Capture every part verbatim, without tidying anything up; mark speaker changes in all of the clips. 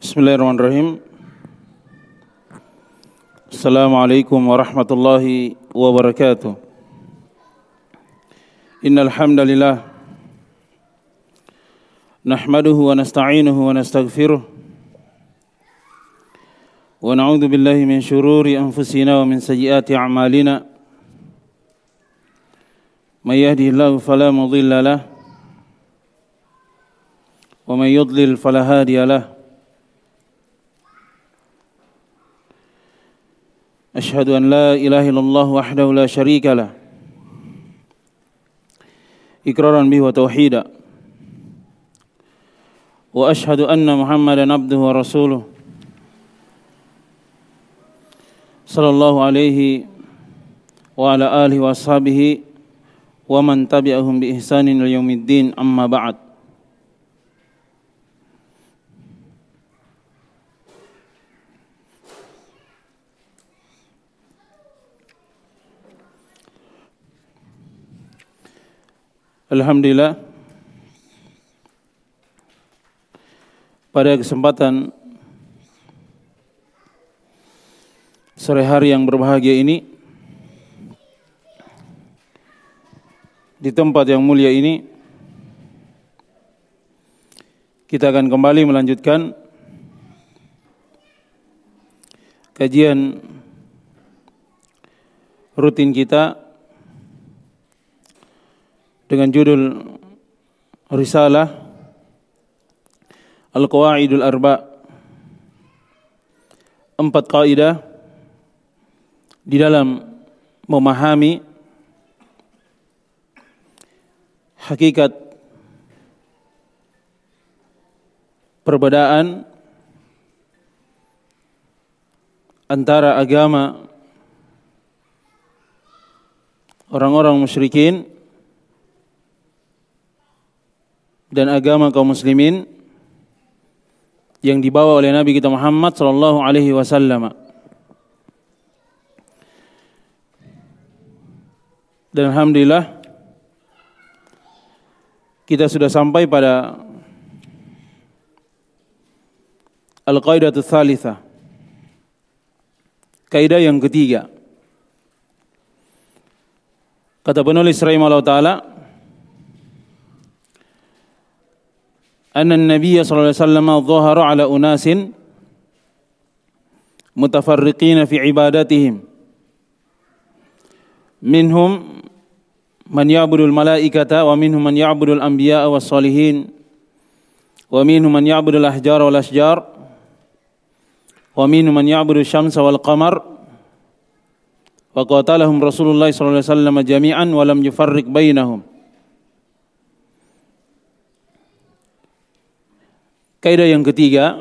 Speaker 1: Bismillahirrahmanirrahim. Assalamualaikum warahmatullahi wabarakatuh. Innal hamdalillah nahmaduhu wa nasta'inuhu wa nastaghfiruh wa na'udzu billahi min shururi anfusina wa min sayyiati a'malina. May yahdihillahu fala mudilla lahu wa may yudlil fala hadiya lahu. Asyhadu an la ilaha illallah wahdahu la syarika lah iqraran bihi wa tauhida wa asyhadu anna Muhammadan abduhu wa rasuluh sallallahu alaihi wa ala alihi wa ashabihi wa man tabi'ahum bi ihsanin ila yaumiddin, amma ba'd. Alhamdulillah, pada kesempatan sore hari yang berbahagia ini, di tempat yang mulia ini, kita akan kembali melanjutkan kajian rutin kita dengan judul Risalah Al-Qawaidul Arba', empat kaidah di dalam memahami hakikat perbedaan antara agama orang-orang musyrikin dan agama kaum muslimin yang dibawa oleh Nabi kita Muhammad sallallahu alaihi wasallam. Dan alhamdulillah kita sudah sampai pada al-qaidatu tsalitsa, kaidah yang ketiga. Kata penulis rahimahullah taala, anna an-nabiy sallallahu alaihi wasallam dhahara ala unasin mutafarriqin fi ibadatihim, minhum man ya'budul malaikata wa minhum man ya'budul anbiya'a was salihin wa minhum man ya'budul ahjara wal ashjar wa minhum man ya'budul syamsa wal qamar wa qatalahum Rasulullah sallallahu alaihi wasallam jami'an wa lam yufarriq bainahum. Kaidah yang ketiga,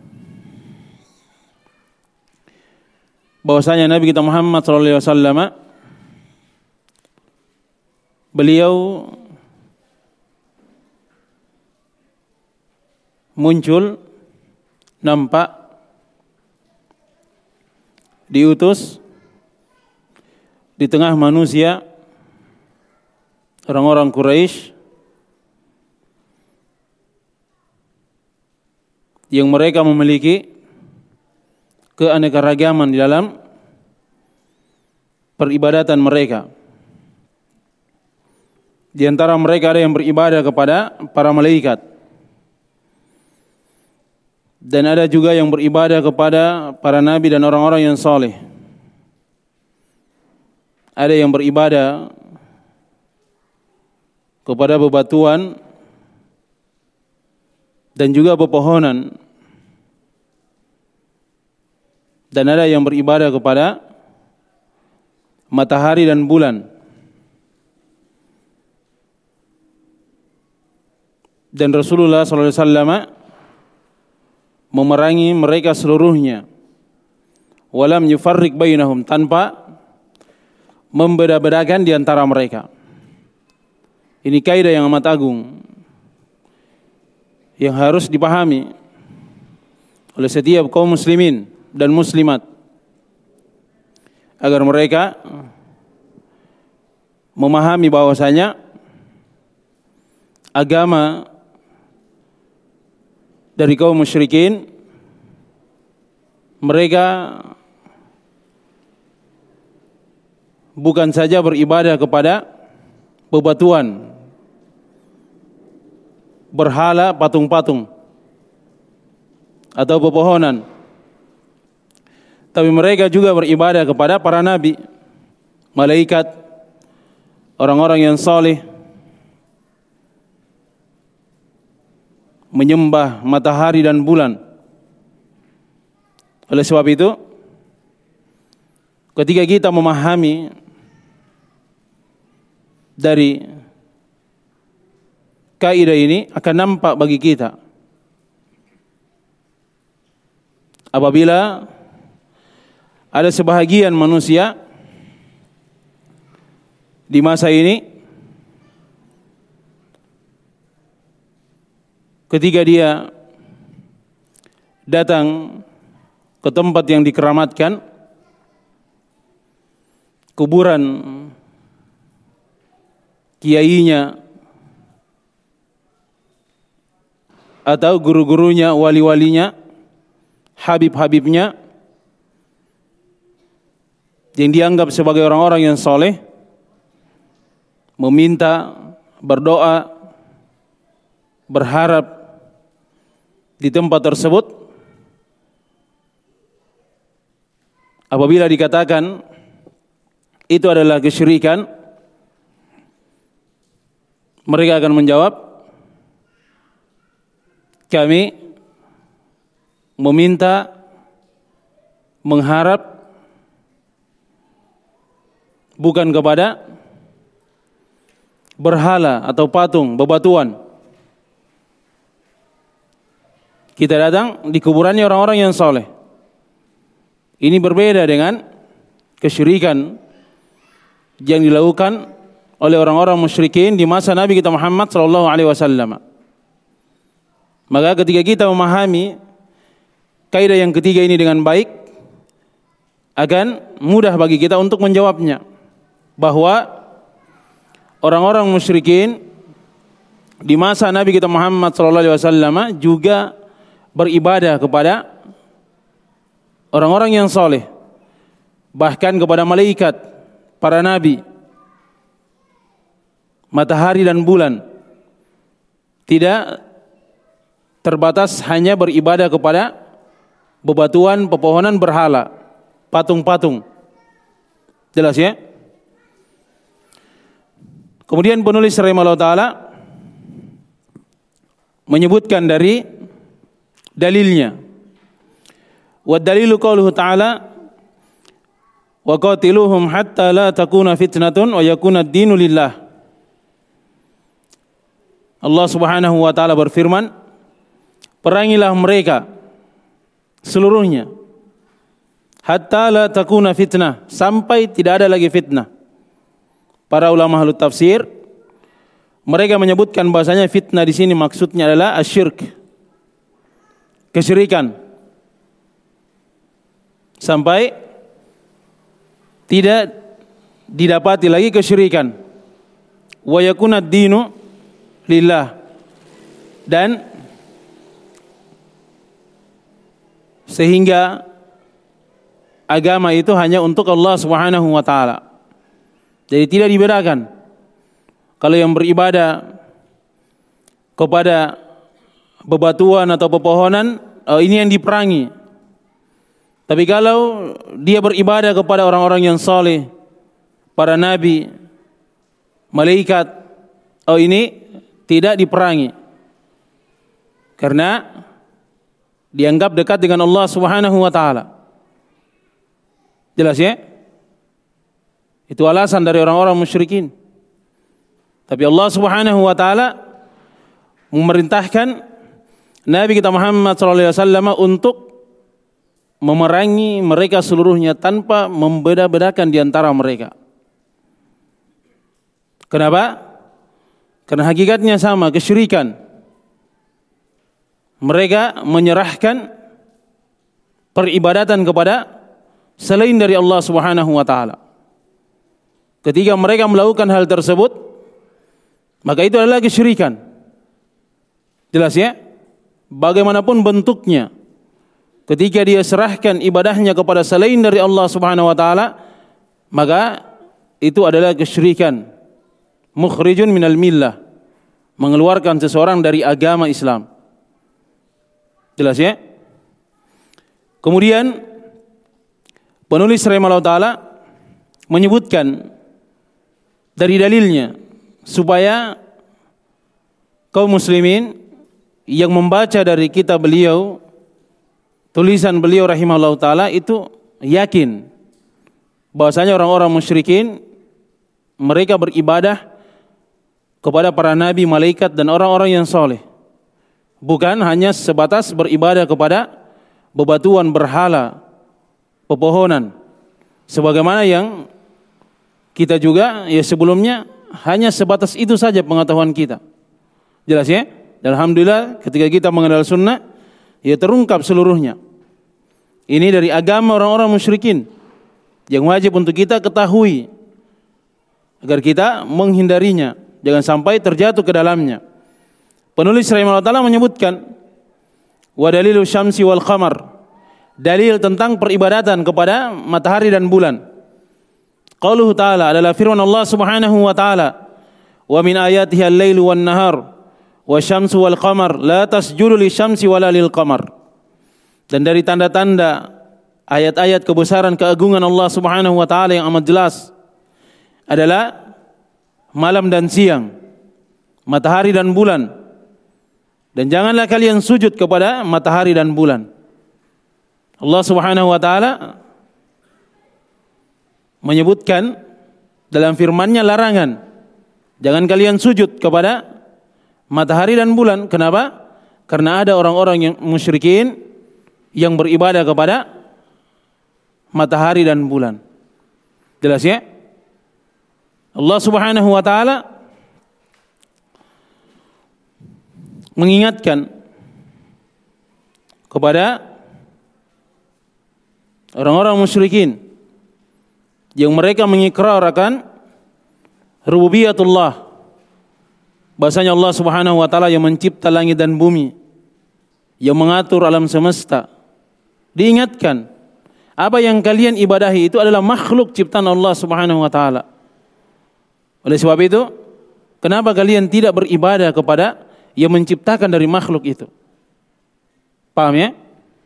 Speaker 1: bahwasanya Nabi kita Muhammad sallallahu alaihi wasallam beliau muncul, nampak, diutus di tengah manusia, orang-orang Quraisy yang mereka memiliki keanekaragaman di dalam peribadatan mereka. Di antara mereka ada yang beribadah kepada para malaikat, dan ada juga yang beribadah kepada para nabi dan orang-orang yang saleh. Ada yang beribadah kepada bebatuan dan juga pepohonan, dan ada yang beribadah kepada matahari dan bulan. Dan Rasulullah sallallahu alaihi wasallam memerangi mereka seluruhnya, walam yufarriq bainahum, tanpa membeda-bedakan di antara mereka. Ini kaidah yang amat agung yang harus dipahami oleh setiap kaum muslimin dan muslimat, agar mereka memahami bahwasanya agama dari kaum musyrikin mereka bukan saja beribadah kepada bebatuan, berhala, patung-patung atau pepohonan, tapi mereka juga beribadah kepada para nabi, malaikat, orang-orang yang saleh, menyembah matahari dan bulan. Oleh sebab itu, ketika kita memahami dari kaidah ini, akan nampak bagi kita apabila ada sebahagian manusia di masa ini ketika dia datang ke tempat yang dikeramatkan, kuburan kiainya atau guru-gurunya, wali-walinya, habib-habibnya yang dianggap sebagai orang-orang yang soleh, meminta, berdoa, berharap di tempat tersebut, apabila dikatakan itu adalah kesyirikan, mereka akan menjawab, kami meminta, mengharap bukan kepada berhala atau patung, bebatuan. Kita datang di kuburannya orang-orang yang soleh. Ini berbeda dengan kesyirikan yang dilakukan oleh orang-orang musyrikin di masa Nabi kita Muhammad sallallahu alaihi wasallam. Maka ketika kita memahami kaidah yang ketiga ini dengan baik, akan mudah bagi kita untuk menjawabnya, bahwa orang-orang musyrikin di masa Nabi kita Muhammad sallallahu alaihi wasallam juga beribadah kepada orang-orang yang soleh, bahkan kepada malaikat, para nabi, matahari dan bulan. Tidak terbatas hanya beribadah kepada bebatuan, pepohonan, berhala, patung-patung. Jelas ya? Kemudian penulis rahimahullah ta'ala menyebutkan dari dalilnya. Wa dalilu qauluhu ta'ala wa qatiluhum hatta la takuna fitnatun wa yakuna ad-dinu lillah. Allah Subhanahu wa taala berfirman, perangilah mereka seluruhnya hatta la takuna fitnah, sampai tidak ada lagi fitnah. Para ulama ahli tafsir mereka menyebutkan bahasanya fitnah di sini maksudnya adalah asyirk, kesyirikan, sampai tidak didapati lagi kesyirikan. Wa yakuna ad-dinu lillah, dan sehingga agama itu hanya untuk Allah Subhanahu wa taala. Jadi tidak dibedakan. Kalau yang beribadah kepada bebatuan atau pepohonan, oh ini yang diperangi. Tapi kalau dia beribadah kepada orang-orang yang saleh, para nabi, malaikat, oh ini tidak diperangi. Karena dianggap dekat dengan Allah Subhanahu wa taala. Jelas ya? Itu alasan dari orang-orang musyrikin. Tapi Allah Subhanahu wa taala memerintahkan Nabi kita Muhammad sallallahu alaihi wasallam untuk memerangi mereka seluruhnya tanpa membeda-bedakan di antara mereka. Kenapa? Karena hakikatnya sama, kesyirikan. Mereka menyerahkan peribadatan kepada selain dari Allah Subhanahu wa taala. Ketika mereka melakukan hal tersebut, maka itu adalah kesyirikan. Jelas ya? Bagaimanapun bentuknya, ketika dia serahkan ibadahnya kepada selain dari Allah Subhanahu wa taala, maka itu adalah kesyirikan, mukhrijun minal millah, mengeluarkan seseorang dari agama Islam. Jelas ya? Kemudian penulis rahimahullah taala menyebutkan dari dalilnya supaya kaum muslimin yang membaca dari kitab beliau, tulisan beliau rahimahullah taala itu yakin bahwasanya orang-orang musyrikin mereka beribadah kepada para nabi, malaikat dan orang-orang yang soleh, bukan hanya sebatas beribadah kepada bebatuan, berhala, pepohonan, sebagaimana yang kita juga ya sebelumnya hanya sebatas itu saja pengetahuan kita. Jelas ya? Dan alhamdulillah ketika kita mengenal sunnah, ya terungkap seluruhnya. Ini dari agama orang-orang musyrikin yang wajib untuk kita ketahui agar kita menghindarinya, jangan sampai terjatuh ke dalamnya. Penulis rahimahullah taala menyebutkan wa dalilu syamsi wal qamar, dalil tentang peribadatan kepada matahari dan bulan. Qauluhu ta'ala adalah firman Allah Subhanahu wa taala, wa min ayatihi al-lailu wan nahar wa syamsu wal qamar la tasjudu lisyamsi wala lil qamar. Dan dari tanda-tanda ayat-ayat kebesaran keagungan Allah Subhanahu wa taala yang amat jelas adalah malam dan siang, matahari dan bulan. Dan janganlah kalian sujud kepada matahari dan bulan. Allah Subhanahu wa taala menyebutkan dalam firman-Nya larangan, jangan kalian sujud kepada matahari dan bulan. Kenapa? Karena ada orang-orang yang musyrikin yang beribadah kepada matahari dan bulan. Jelas ya? Allah Subhanahu wa taala mengingatkan kepada orang-orang musyrikin yang mereka mengikrar akan rububiyatullah, bahasanya Allah Subhanahu wa taala yang mencipta langit dan bumi, yang mengatur alam semesta. Diingatkan, apa yang kalian ibadahi itu adalah makhluk ciptaan Allah Subhanahu wa taala. Oleh sebab itu, kenapa kalian tidak beribadah kepada yang menciptakan dari makhluk itu? Paham ya?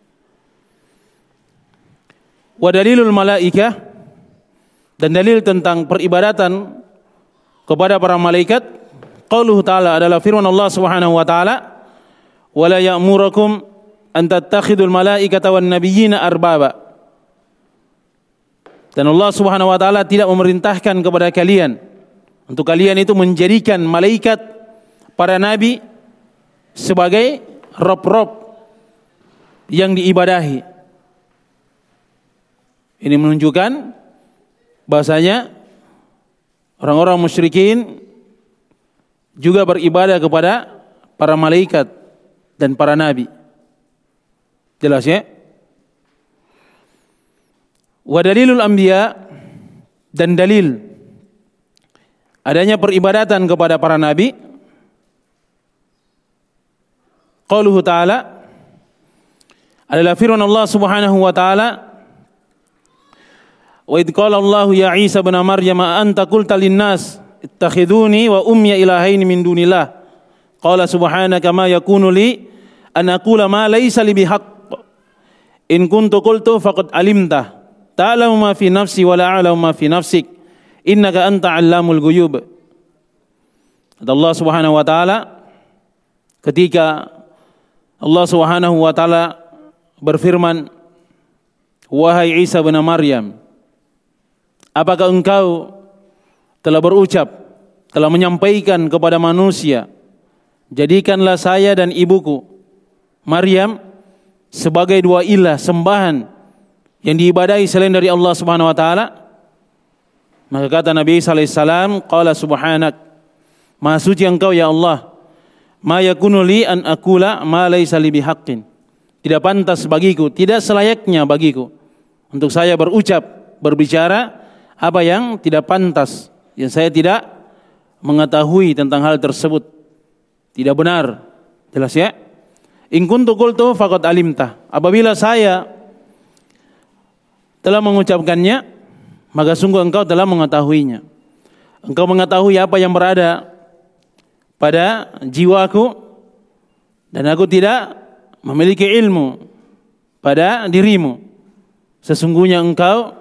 Speaker 1: Wa dalilul malaikah, dan dalil tentang peribadatan kepada para malaikat, qauluhu ta'ala adalah firman Allah Subhanahu wa taala, wa la ya'murukum an tattakhidul malaikata wan nabiyyina arbaba. Dan Allah Subhanahu wa taala tidak memerintahkan kepada kalian untuk kalian itu menjadikan malaikat, para nabi sebagai rob-rob yang diibadahi. Ini menunjukkan bahasanya orang-orang musyrikin juga beribadah kepada para malaikat dan para nabi. Jelas ya? Wa dalilul anbiya, dan dalil adanya peribadatan kepada para nabi, qauluhu ta'ala adalah firman Allah Subhanahu wa taala, wa idh qala Allahu ya Isa ibn Maryam anta qulta lin-nas ittakhiduni wa ummi ilahaini min dunillah qala subhanaka ma yakunu li an aqula ma laysa li bihaqq in kuntu qultu faqad alimta ta'lamu ma fi nafsi wa la a'lamu ma fi nafsik innaka anta 'allamul ghuyub. Allah Subhanahu wa taala ketika Allah Subhanahu wa taala berfirman, wahai Isa bin Maryam, apakah engkau telah berucap, telah menyampaikan kepada manusia, jadikanlah saya dan ibuku Maryam sebagai dua ilah sembahan yang diibadahi selain dari Allah Subhanahu wa taala? Maka kata Nabi Isa alaihi salam, qala subhanak, maha suci engkau ya Allah, ma yakunu li an aqula ma laysa li bihaqqin. Tidak pantas bagiku, tidak selayaknya bagiku untuk saya berucap, berbicara apa yang tidak pantas, yang saya tidak mengetahui tentang hal tersebut. Tidak benar. Jelas ya? In kuntu qultu faqad alimta. Apabila saya telah mengucapkannya, maka sungguh engkau telah mengetahuinya. Engkau mengetahui apa yang berada pada jiwaku, dan aku tidak memiliki ilmu pada dirimu. Sesungguhnya engkau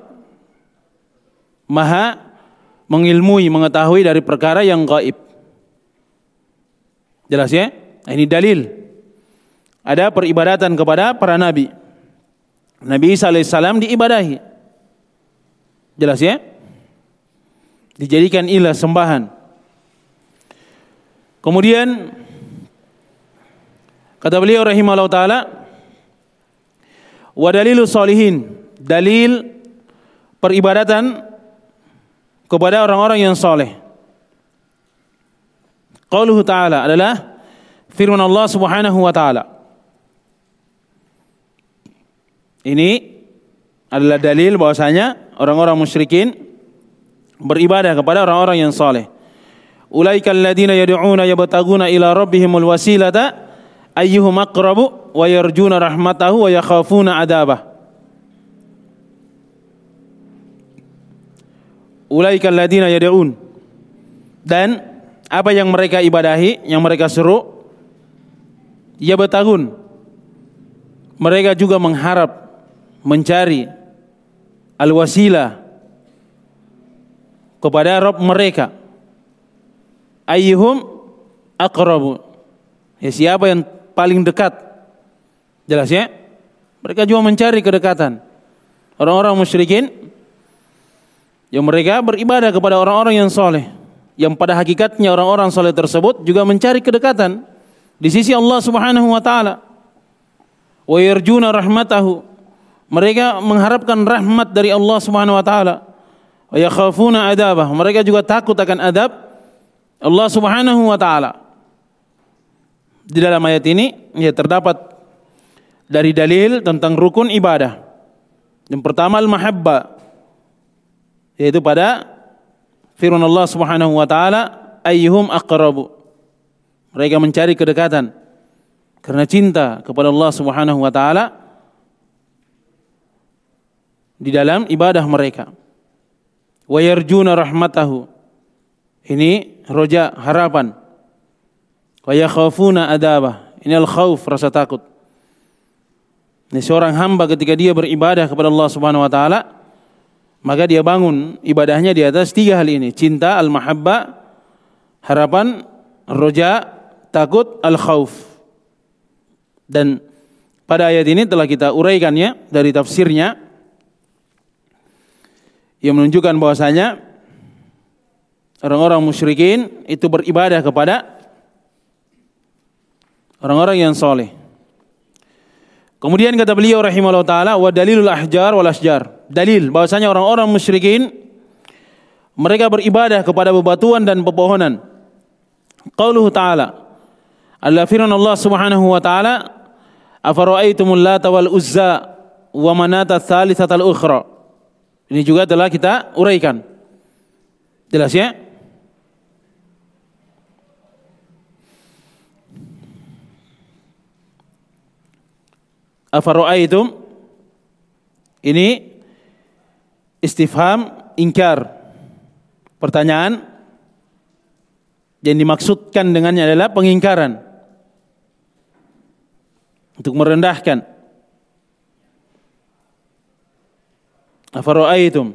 Speaker 1: maha mengilmui, mengetahui dari perkara yang gaib. Jelas ya? Ini dalil. Ada peribadatan kepada para nabi. Nabi Isa alaihissalam diibadahi. Jelas ya? Dijadikan ilah, sembahan. Kemudian kata beliau rahimahullah ta'ala, wa dalilu sholihin, dalil peribadatan kepada orang-orang yang soleh. Qauluhu ta'ala adalah firman Allah subhanahu wa ta'ala. Ini adalah dalil bahwasanya orang-orang musyrikin beribadah kepada orang-orang yang soleh. Ulaikal ladzina yad'una yabtaguna ila rabbihimul wasilata ayyuhum aqrabu wa yarjuna rahmatahu wa yakhafuna adabah. Ulaikal ladzina yad'un, dan apa yang mereka ibadahi, yang mereka seru, yabtagun, mereka juga mengharap, mencari al-wasilah kepada Rabb mereka. Ayyuhum aqrabu, ya, siapa yang paling dekat. Jelas ya? Mereka juga mencari kedekatan. Orang-orang musyrikin yang mereka beribadah kepada orang-orang yang soleh, yang pada hakikatnya orang-orang soleh tersebut juga mencari kedekatan di sisi Allah subhanahu wa ta'ala. Wa yarjuna rahmatahu, mereka mengharapkan rahmat dari Allah subhanahu wa ta'ala. Wa yakhafuna adabah, mereka juga takut akan adab Allah subhanahu wa ta'ala. Di dalam ayat ini ya terdapat dari dalil tentang rukun ibadah. Yang pertama al-mahabbah, yaitu pada firman Allah subhanahu wa ta'ala, ayyuhum aqrabu, mereka mencari kedekatan karena cinta kepada Allah subhanahu wa ta'ala di dalam ibadah mereka. Wa yarjuna rahmatahu, ini roja, harapan. Wa yakhafuna adabah, ini al-khawf, rasa takut. Ini seorang hamba ketika dia beribadah kepada Allah subhanahu wa ta'ala, maka dia bangun ibadahnya di atas tiga hal ini: cinta, al-mahabbah, harapan, roja, takut, al-khawf. Dan pada ayat ini telah kita uraikannya dari tafsirnya, yang menunjukkan bahwasanya orang-orang musyrikin itu beribadah kepada orang-orang yang soleh. Kemudian kata beliau rahimahullah ta'ala, wa dalilul ahjar wal asjar, dalil bahwasanya orang-orang musyrikin mereka beribadah kepada bebatuan dan pepohonan. Qauluhu ta'ala, alla firman Allah subhanahu wa ta'ala, afara'aitumul lata wal uzza wa manata tsalitsatal ukhra. Ini juga telah kita uraikan. Jelas ya? Afara'aitum, ini istifham inkar, pertanyaan yang dimaksudkan dengannya adalah pengingkaran, untuk merendahkan. Afara'aitum,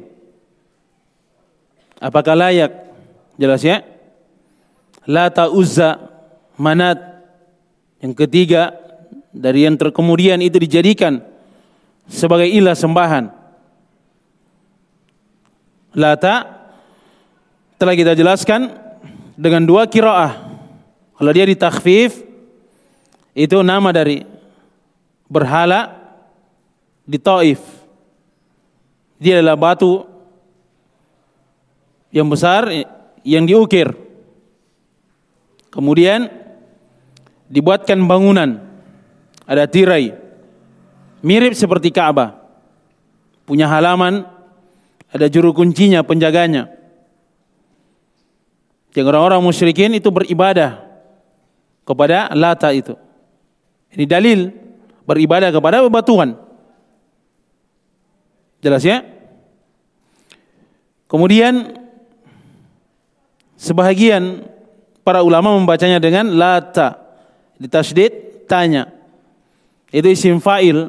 Speaker 1: apakah layak? Jelas ya? Lata, Uzza, Manat, yang ketiga dari yang terkemudian itu dijadikan sebagai ilah sembahan. Lata telah kita jelaskan dengan dua qiraah. Kalau dia ditakhfif, itu nama dari berhala di Taif. Dia adalah batu yang besar yang diukir, kemudian dibuatkan bangunan, ada tirai mirip seperti Ka'bah, punya halaman, ada juru kuncinya, penjaganya. Yang orang-orang musyrikin itu beribadah kepada Lata itu. Ini dalil beribadah kepada bebatuan. Jelas ya? Kemudian sebahagian para ulama membacanya dengan lata, ditasydid tanya. Itu isim fa'il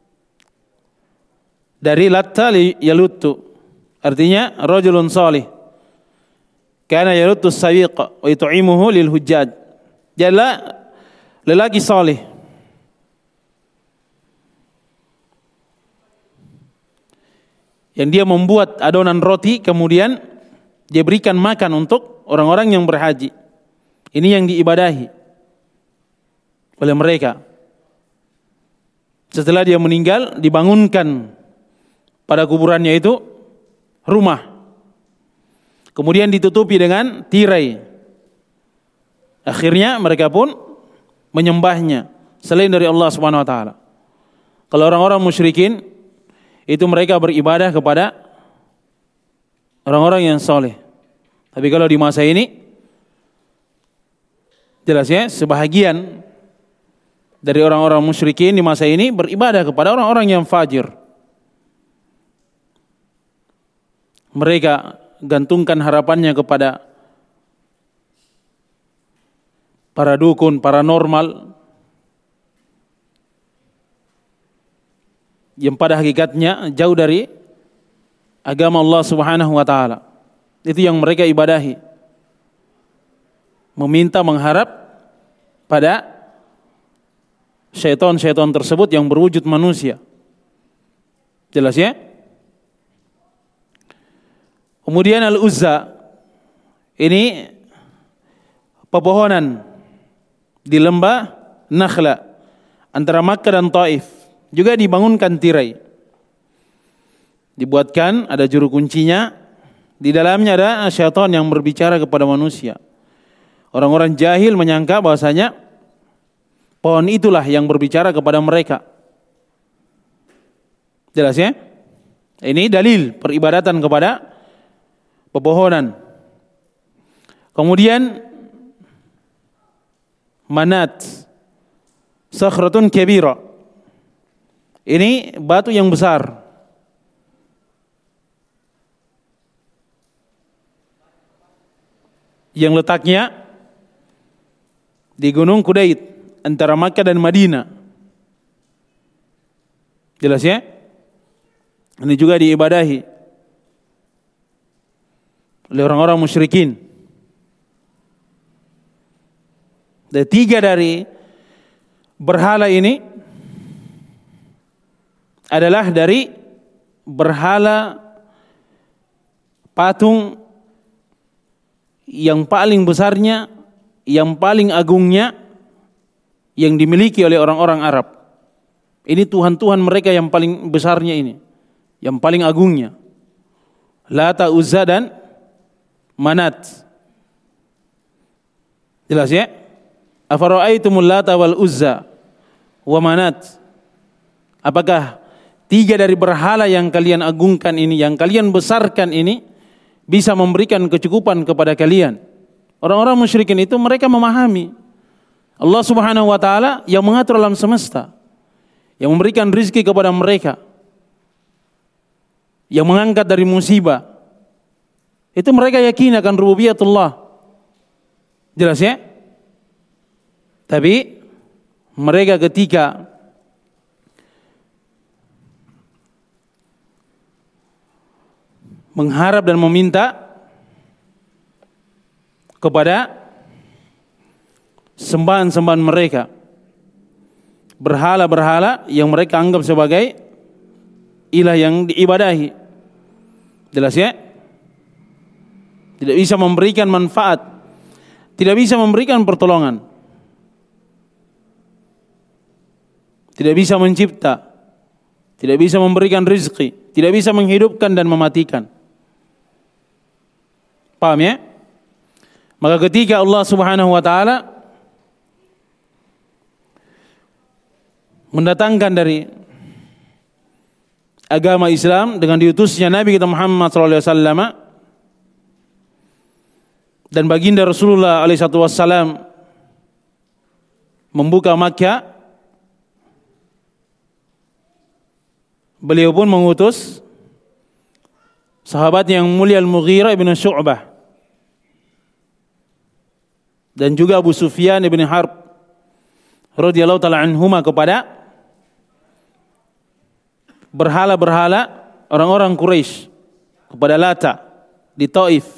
Speaker 1: dari latta yaluttu. Artinya rajulun salih. Kana yaluttu as-sawiq wa yut'imuhu lil hujjaj. Jalla lelaki salih. Yang dia membuat adonan roti kemudian dia berikan makan untuk orang-orang yang berhaji. Ini yang diibadahi oleh mereka. Setelah dia meninggal, dibangunkan pada kuburannya itu rumah. Kemudian ditutupi dengan tirai. Akhirnya mereka pun menyembahnya selain dari Allah Subhanahu wa taala. Kalau orang-orang musyrikin itu mereka beribadah kepada orang-orang yang soleh. Tapi kalau di masa ini jelas ya, sebahagian dari orang-orang musyrikin di masa ini beribadah kepada orang-orang yang fajir. Mereka gantungkan harapannya kepada para dukun, paranormal, yang pada hakikatnya jauh dari agama Allah Subhanahu wa taala. Itu yang mereka ibadahi. Meminta, mengharap pada syaitan-syaitan tersebut yang berwujud manusia. Jelas ya? Kemudian Al-Uzza ini pepohonan di lembah Nakhla antara Makkah dan Taif. Juga dibangunkan tirai. Dibuatkan ada juru kuncinya. Di dalamnya ada syaitan yang berbicara kepada manusia. Orang-orang jahil menyangka bahwasanya pohon itulah yang berbicara kepada mereka. Jelas ya? Ini dalil peribadatan kepada pepohonan. Kemudian Manat, sakhratun kabira. Ini batu yang besar. Yang letaknya di Gunung Qudait antara Makkah dan Madinah. Jelas ya? Ini juga diibadahi oleh orang-orang musyrikin. Dan tiga dari berhala ini adalah dari berhala patung yang paling besarnya, yang paling agungnya, yang dimiliki oleh orang-orang Arab. Ini Tuhan-Tuhan mereka yang paling besarnya ini, yang paling agungnya. Lata, Uzza dan Manat. Jelas ya? Afara'aitumul Lata wal Uzza wa Manat. Apakah tiga dari berhala yang kalian agungkan ini, yang kalian besarkan ini, bisa memberikan kecukupan kepada kalian? Orang-orang musyrikin itu mereka memahami Allah Subhanahu wa taala yang mengatur alam semesta, yang memberikan rizki kepada mereka, yang mengangkat dari musibah. Itu mereka yakin akan rububiyatullah. Jelas ya? Tapi mereka ketika mengharap dan meminta kepada sembahan-sembahan mereka, berhala-berhala yang mereka anggap sebagai ilah yang diibadahi. Jelas ya? Tidak bisa memberikan manfaat, tidak bisa memberikan pertolongan, tidak bisa mencipta, tidak bisa memberikan rezeki, tidak bisa menghidupkan dan mematikan. Paham ya? Maka ketika Allah Subhanahu wa taala mendatangkan dari agama Islam dengan diutusnya Nabi kita Muhammad sallallahu alaihi wasallam dan baginda Rasulullah alaihi wasallam membuka Makkah, beliau pun mengutus sahabat yang mulia Al-Mughirah ibn Syu'bah dan juga Abu Sufyan ibn Harb radhiyallahu ta'ala anhuma kepada berhala-berhala orang-orang Quraisy, kepada Lata di Taif.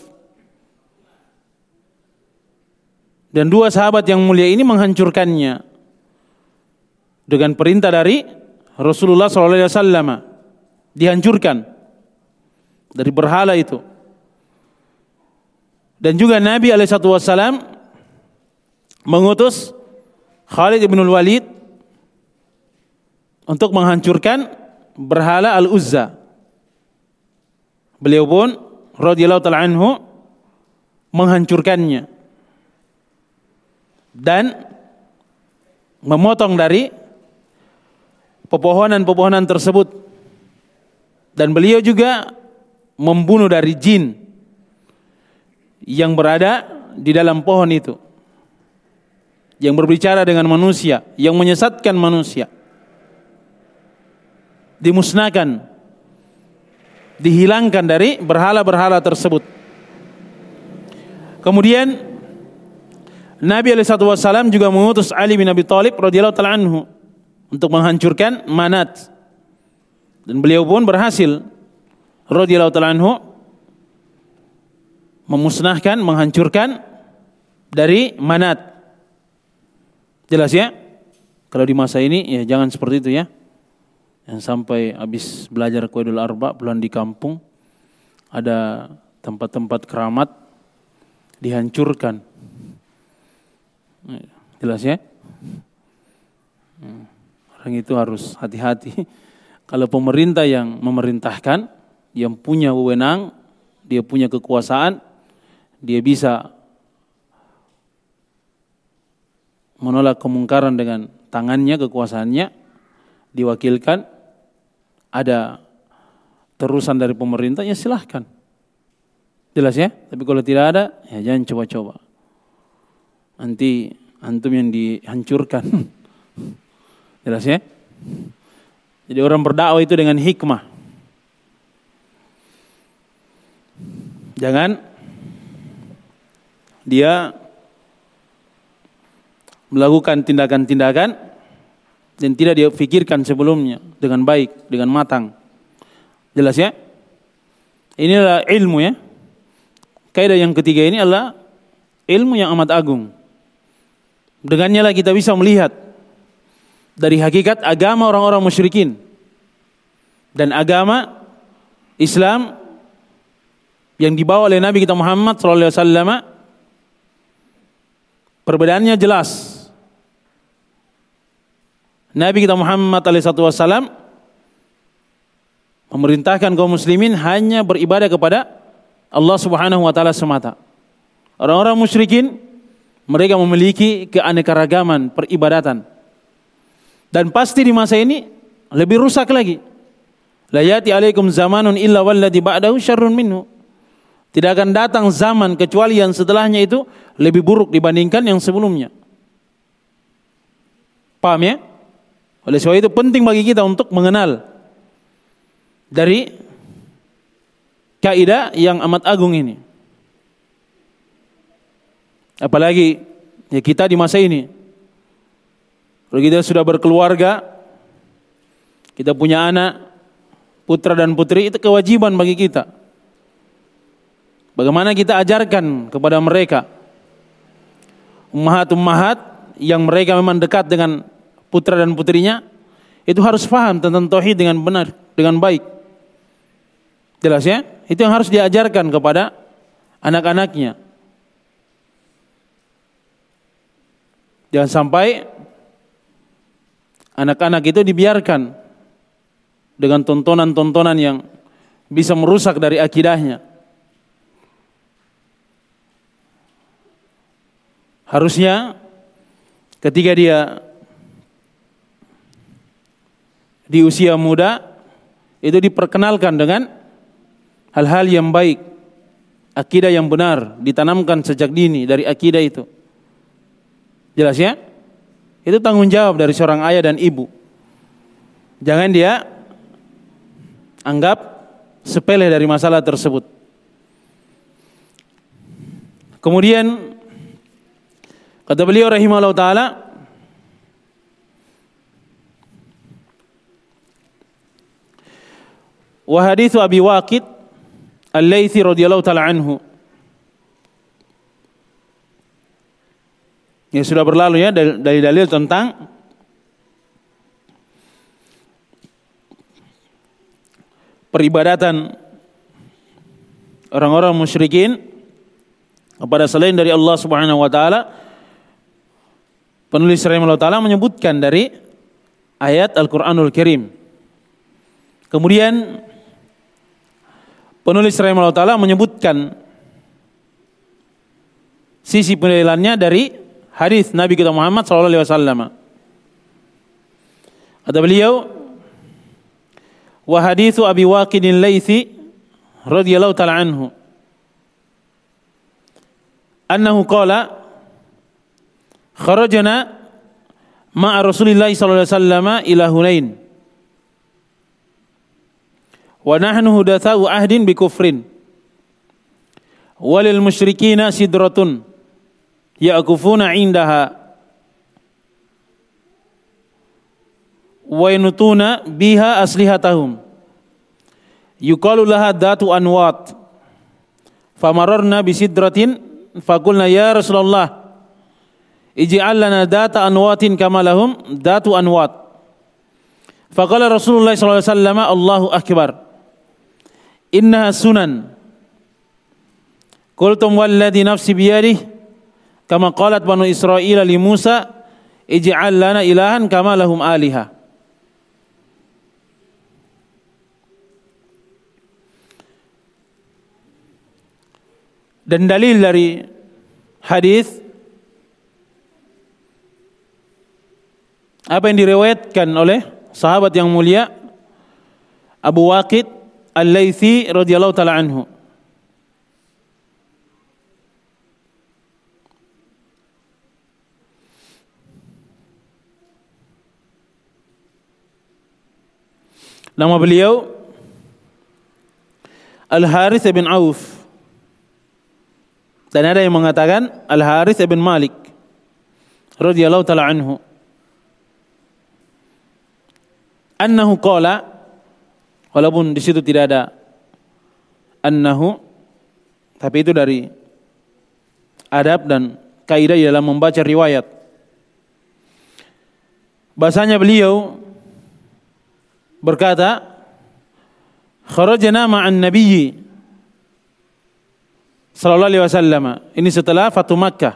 Speaker 1: Dan dua sahabat yang mulia ini menghancurkannya dengan perintah dari Rasulullah shallallahu alaihi wasallam, dihancurkan dari berhala itu. Dan juga Nabi alaihi wasallam mengutus Khalid ibn Walid untuk menghancurkan berhala Al-Uzza. Beliau pun radhiyallahu ta'ala anhu menghancurkannya dan memotong dari pepohonan-pepohonan tersebut. Dan beliau juga membunuh dari jin yang berada di dalam pohon itu, yang berbicara dengan manusia, yang menyesatkan manusia. Dimusnahkan, dihilangkan dari berhala-berhala tersebut. Kemudian Nabi alaihi wasallam juga mengutus Ali bin Abi Thalib radhiyallahu ta'ala anhu untuk menghancurkan Manat. Dan beliau pun berhasil radhiyallahu ta'ala anhu memusnahkan, menghancurkan dari Manat. Jelas ya? Kalau di masa ini ya jangan seperti itu ya. Yang sampai habis belajar Qaidul Arba pulang di kampung ada tempat-tempat keramat dihancurkan. Jelas ya? Orang itu harus hati-hati. Kalau pemerintah yang memerintahkan, yang punya wewenang, dia punya kekuasaan, dia bisa menolak kemungkaran dengan tangannya, kekuasaannya, diwakilkan. Ada terusan dari pemerintah, ya silahkan. Jelas ya? Tapi kalau tidak ada, ya jangan coba-coba. Nanti antum yang dihancurkan. Jelas ya? Jadi orang berdakwah itu dengan hikmah. Jangan dia melakukan tindakan-tindakan dan tidak dia pikirkan sebelumnya dengan baik, dengan matang. Jelas ya? Inilah ilmu ya. Kaidah yang ketiga ini adalah ilmu yang amat agung. Dengannya lah kita bisa melihat dari hakikat agama orang-orang musyrikin dan agama Islam yang dibawa oleh Nabi kita Muhammad sallallahu alaihi wasallam. Perbedaannya jelas. Nabi kita Muhammad alaihi wasallam memerintahkan kaum muslimin hanya beribadah kepada Allah Subhanahu wa taala semata. Orang-orang musyrikin mereka memiliki keanekaragaman peribadatan. Dan pasti di masa ini lebih rusak lagi. La yati alaikum zamanun illa walladhi ba'dahu syarrun minhu. Tidak akan datang zaman kecuali yang setelahnya itu lebih buruk dibandingkan yang sebelumnya. Paham ya? Oleh sebab itu penting bagi kita untuk mengenal dari kaidah yang amat agung ini. Apalagi ya kita di masa ini. Kalau kita sudah berkeluarga, kita punya anak, putra dan putri, itu kewajiban bagi kita. Bagaimana kita ajarkan kepada mereka ummahat-ummahat yang mereka memang dekat dengan putra dan putrinya, itu harus paham tentang tauhid dengan benar, dengan baik. Jelas ya? Itu yang harus diajarkan kepada anak-anaknya. Jangan sampai anak-anak itu dibiarkan dengan tontonan-tontonan yang bisa merusak dari akidahnya. Harusnya ketika dia di usia muda itu diperkenalkan dengan hal-hal yang baik, akidah yang benar, ditanamkan sejak dini dari akidah itu. Jelas ya? Itu tanggung jawab dari seorang ayah dan ibu. Jangan dia anggap sepele dari masalah tersebut. Kemudian kata beliau rahimahullah ta'ala, wa hadithu Abi Waqid Al-Laythi radhiyallahu ta'ala anhu. Ya sudah berlalu ya dari dalil tentang peribadatan orang-orang musyrikin kepada selain dari Allah Subhanahu wa taala. Penulis rahimahullah taala menyebutkan dari ayat Al-Qur'anul Karim. Kemudian penulis rahimahullah taala menyebutkan sisi pendalilannya dari hadis Nabi kita Muhammad sallallahu alaihi wasallam. Kata beliau, wa haditsu Abi Waqid Al-Laythi radhiyallahu ta'ala anhu annahu qala kharajna ma'a Rasulillah sallallahu alaihi wasallam ila Hunain wa nahnu hudatsa'u ahdin bi kufrin walil musyrikina sidratun ya'kufuna 'indaha wa yanutuna biha aslihatahum yuqalu laha datu anwat famararna bisidratin faqulna ya Rasulullah ij'al lana data anwatin kama lahum datu anwat faqala Rasulullah sallallahu alaihi wasallam Allahu akbar innaha sunan qultum walladhi nafsi biyadihi kama qalat banu Israil li Musa ij'al lana ilahan kama lahum aliha. Dan dalil dari hadis apa yang diriwayatkan oleh sahabat yang mulia Abu Waqid Al-Laythi radhiyallahu taala anhu. Nama beliau Al-Harits bin Auf. Dan ada yang mengatakan Al-Harits bin Malik radhiyallahu taala anhu. Annahu qala, walaupun di situ tidak ada annahu, tapi itu dari adab dan kaidah dalam membaca riwayat. Bahasanya beliau berkata, kharajna ma'an nabiyyi sallallahu alaihi wasallam. Ini setelah Fatu Makkah.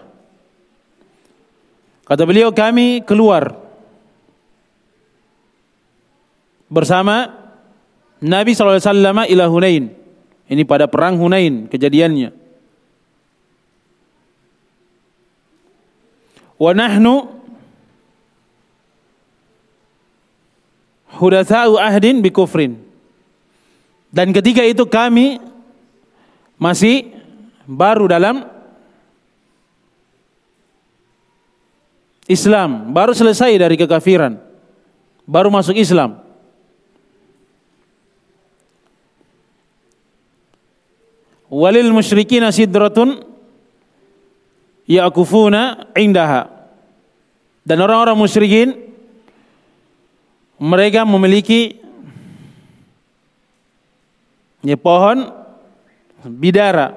Speaker 1: Kata beliau, kami keluar bersama Nabi sallallahu alaihi wasallam ila Hunain. Ini pada perang Hunain kejadiannya. Wa nahnu hudatsa'u ahdin bi kufrin. Dan ketika itu kami masih baru dalam Islam, baru selesai dari kekafiran, baru masuk Islam. Walil musyrikina sidratun ya'kufuna indaha. Dan orang-orang musyrikin mereka memiliki ya, pohon bidara.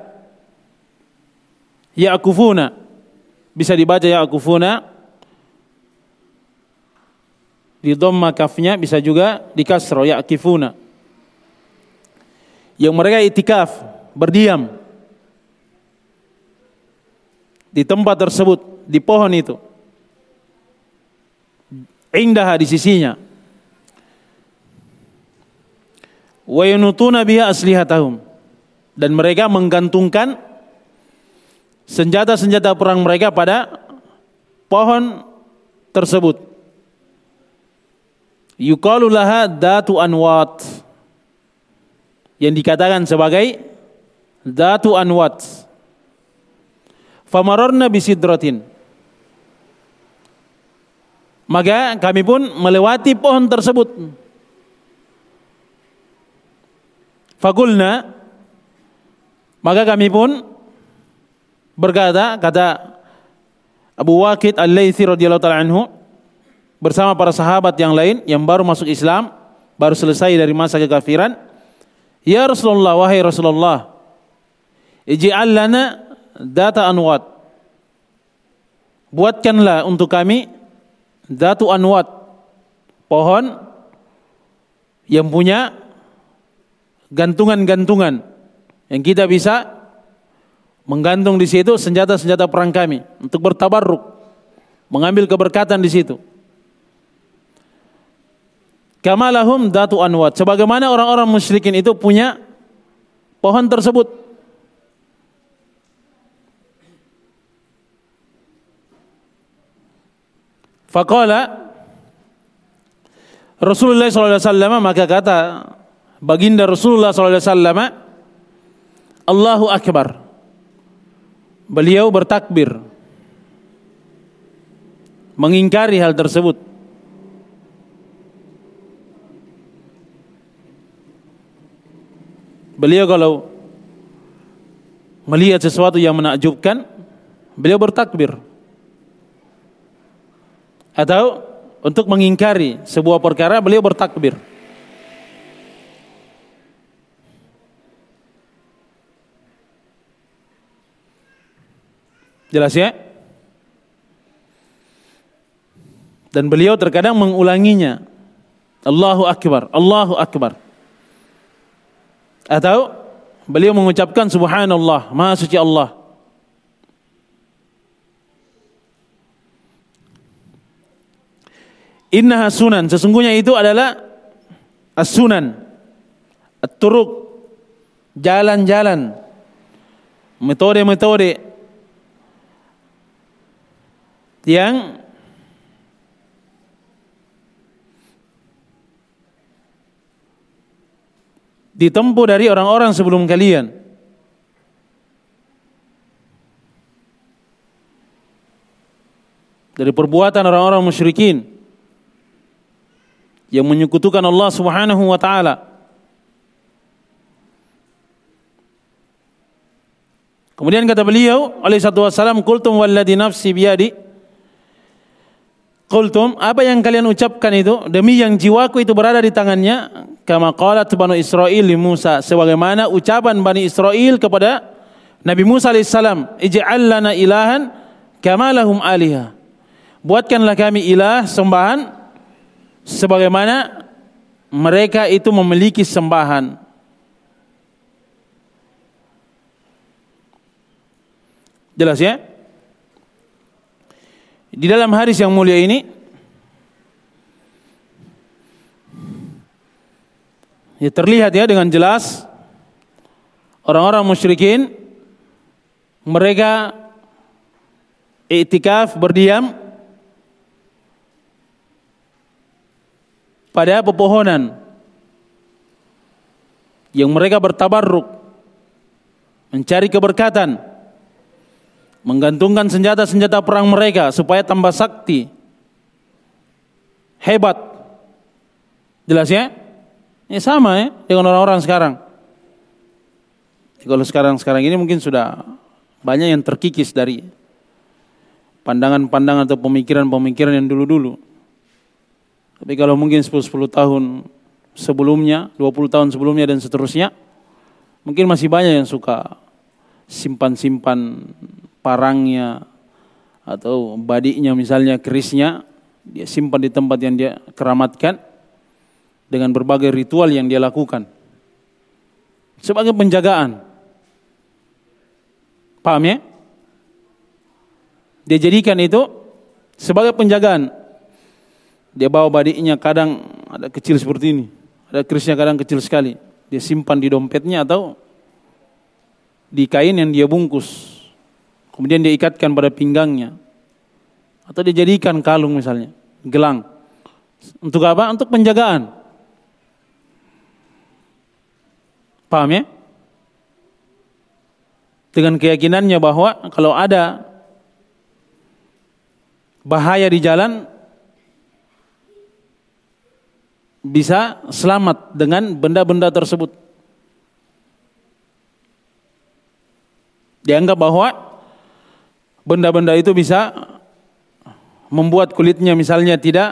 Speaker 1: Ya'kufuna, bisa dibaca ya'kufuna di dhamma kafnya, bisa juga di kasra ya'kifuna. Yang mereka itikaf, berdiam di tempat tersebut, di pohon itu, indaha, di sisinya. Wa yanutuna biha aslihatahum, dan mereka menggantungkan senjata-senjata perang mereka pada pohon tersebut. Yuqalu laha datu anwat, yang dikatakan sebagai datu anwat. Famararna bisidratin, maka kami pun melewati pohon tersebut. Fakulna, maka kami pun berkata, kata Abu Waqid Al-Laythi radhiyallahu ta'ala anhu, bersama para sahabat yang lain yang baru masuk Islam, baru selesai dari masa kekafiran, ya Rasulullah, wahai Rasulullah, ij'al lana data anwat, buatkanlah untuk kami datu anwat, pohon yang punya gantungan-gantungan yang kita bisa menggantung di situ senjata-senjata perang kami untuk bertabarruk, mengambil keberkatan di situ. Kama lahum datu anwat, sebagaimana orang-orang musyrikin itu punya pohon tersebut. Faqala Rasulullah sallallahu alaihi wasallam, maka kata baginda Rasulullah sallallahu alaihi wasallam, Allahu Akbar. Beliau bertakbir mengingkari hal tersebut. Beliau kalau melihat sesuatu yang menakjubkan, beliau bertakbir. Atau untuk mengingkari sebuah perkara, beliau bertakbir. Jelas ya? Dan beliau terkadang mengulanginya. Allahu Akbar, Allahu Akbar. Atau beliau mengucapkan Subhanallah, Maha Suci Allah. Innaha sunan, sesungguhnya itu adalah as-sunan, at-turuq, jalan-jalan, metode-metode yang ditempuh dari orang-orang sebelum kalian. Dari perbuatan orang-orang musyrikin yang menyekutukan Allah Subhanahu wa taala. Kemudian kata beliau alaihi salatu wasallam, qultum walladzi nafsi biyadi, qultum, apa yang kalian ucapkan itu demi yang jiwaku itu berada di tangannya, kama qalat Banu Israil li Musa, sebagaimana ucapan Bani Israil kepada Nabi Musa alaihissalam, ij'al lana ilahan kama lahum alihah, buatkanlah kami ilah, sembahan sebagaimana mereka itu memiliki sembahan. Jelas ya? Di dalam hadis yang mulia ini ya terlihat ya dengan jelas orang-orang musyrikin mereka i'tikaf, berdiam pada pepohonan yang mereka bertabarruk, mencari keberkatan, menggantungkan senjata-senjata perang mereka supaya tambah sakti, hebat. Jelas ya? Ini sama ya dengan orang-orang sekarang. Kalau sekarang-sekarang ini mungkin sudah banyak yang terkikis dari pandangan-pandangan atau pemikiran-pemikiran yang dulu-dulu. Tapi kalau mungkin sepuluh sepuluh tahun sebelumnya, dua puluh tahun sebelumnya dan seterusnya, mungkin masih banyak yang suka simpan-simpan parangnya atau badiknya, misalnya kerisnya, dia simpan di tempat yang dia keramatkan dengan berbagai ritual yang dia lakukan sebagai penjagaan. Paham ya? Dia jadikan itu sebagai penjagaan. Dia bawa badiknya, kadang ada kecil seperti ini, ada kerisnya kadang kecil sekali. Dia simpan di dompetnya atau di kain yang dia bungkus. Kemudian dia ikatkan pada pinggangnya. Atau dia jadikan kalung misalnya, gelang. Untuk apa? Untuk penjagaan. Paham ya? Dengan keyakinannya bahwa kalau ada bahaya di jalan, bisa selamat dengan benda-benda tersebut. Dianggap bahwa benda-benda itu bisa membuat kulitnya misalnya tidak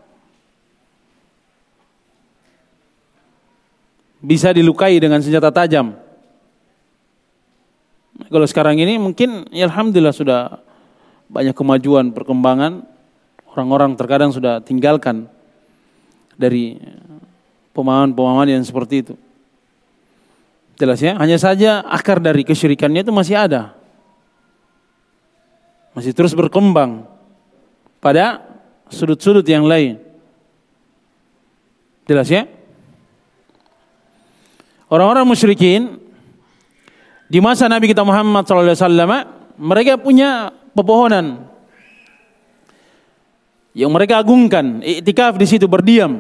Speaker 1: bisa dilukai dengan senjata tajam. Kalau sekarang ini mungkin ya alhamdulillah sudah banyak kemajuan, perkembangan. Orang-orang terkadang sudah tinggalkan dari pemahaman-pemahaman yang seperti itu. Jelas ya, hanya saja akar dari kesyirikannya itu masih ada. Masih terus berkembang pada sudut-sudut yang lain. Jelas ya? Orang-orang musyrikin di masa Nabi kita Muhammad shallallahu alaihi wasallam, mereka punya pepohonan yang mereka agungkan, iktikaf di situ, berdiam.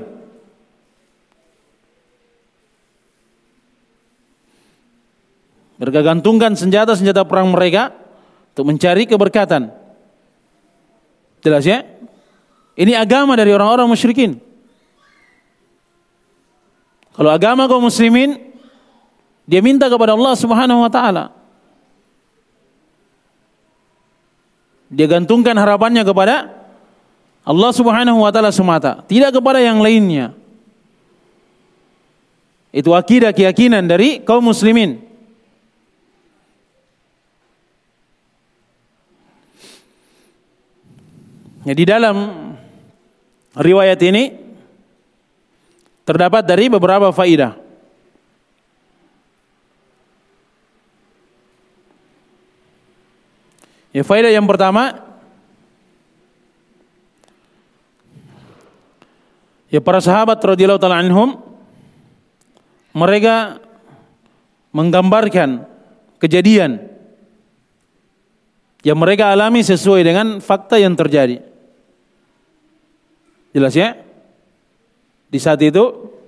Speaker 1: Mereka gantungkan senjata-senjata perang mereka untuk mencari keberkatan. Jelas ya? Ini agama dari orang-orang musyrikin. Kalau agama kaum muslimin, dia minta kepada Allah Subhanahu wa taala. Dia gantungkan harapannya kepada Allah Subhanahu wa taala semata, tidak kepada yang lainnya. Itu akidah keyakinan dari kaum muslimin. Ya, di dalam riwayat ini terdapat dari beberapa faidah. Ya, faidah yang pertama, ya para sahabat radhiyallahu taala anhum, mereka menggambarkan kejadian yang mereka alami sesuai dengan fakta yang terjadi. Jelas ya? Di saat itu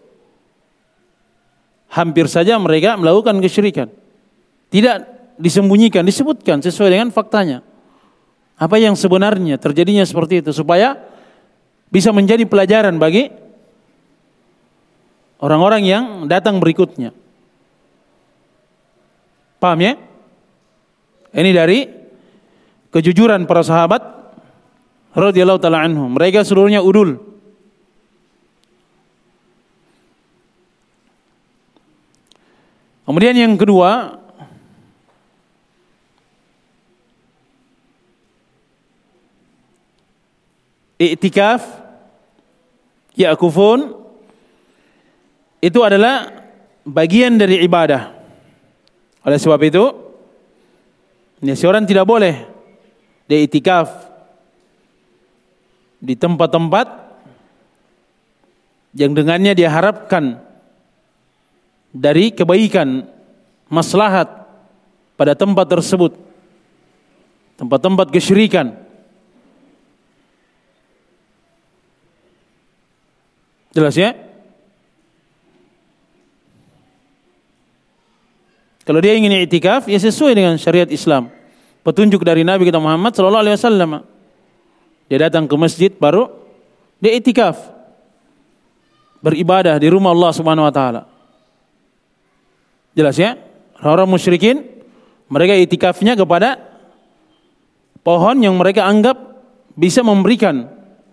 Speaker 1: hampir saja mereka melakukan kesyirikan. Tidak disembunyikan, disebutkan sesuai dengan faktanya. Apa yang sebenarnya terjadinya seperti itu, supaya bisa menjadi pelajaran bagi orang-orang yang datang berikutnya. Paham ya? Ini dari kejujuran para sahabat radhiyallahu taala anhum. Mereka seluruhnya udul. Kemudian yang kedua, i'tikaf ya'kufun itu adalah bagian dari ibadah. Oleh sebab itu, ya, seorang tidak boleh dia i'tikaf di tempat-tempat yang dengannya dia harapkan dari kebaikan, maslahat pada tempat tersebut, tempat-tempat kesyirikan. Jelas ya? Kalau dia ingin i'tikaf, ya sesuai dengan syariat Islam, petunjuk dari Nabi kita Muhammad sallallahu alaihi wasallam. Dia datang ke masjid baru dia i'tikaf, beribadah di rumah Allah Subhanahu wa taala. Jelas ya? Orang musyrikin mereka i'tikafnya kepada pohon yang mereka anggap bisa memberikan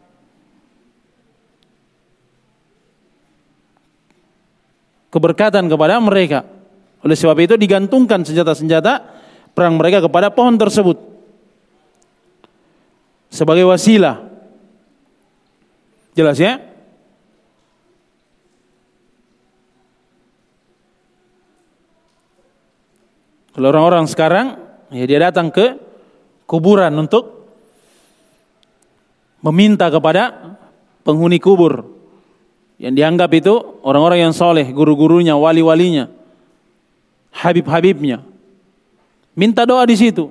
Speaker 1: keberkatan kepada mereka. Oleh sebab itu digantungkan senjata-senjata perang mereka kepada pohon tersebut sebagai wasilah. Jelas ya? Kalau orang-orang sekarang, ya dia datang ke kuburan untuk meminta kepada penghuni kubur yang dianggap itu orang-orang yang soleh, guru-gurunya, wali-walinya, habib-habibnya. Minta doa di situ.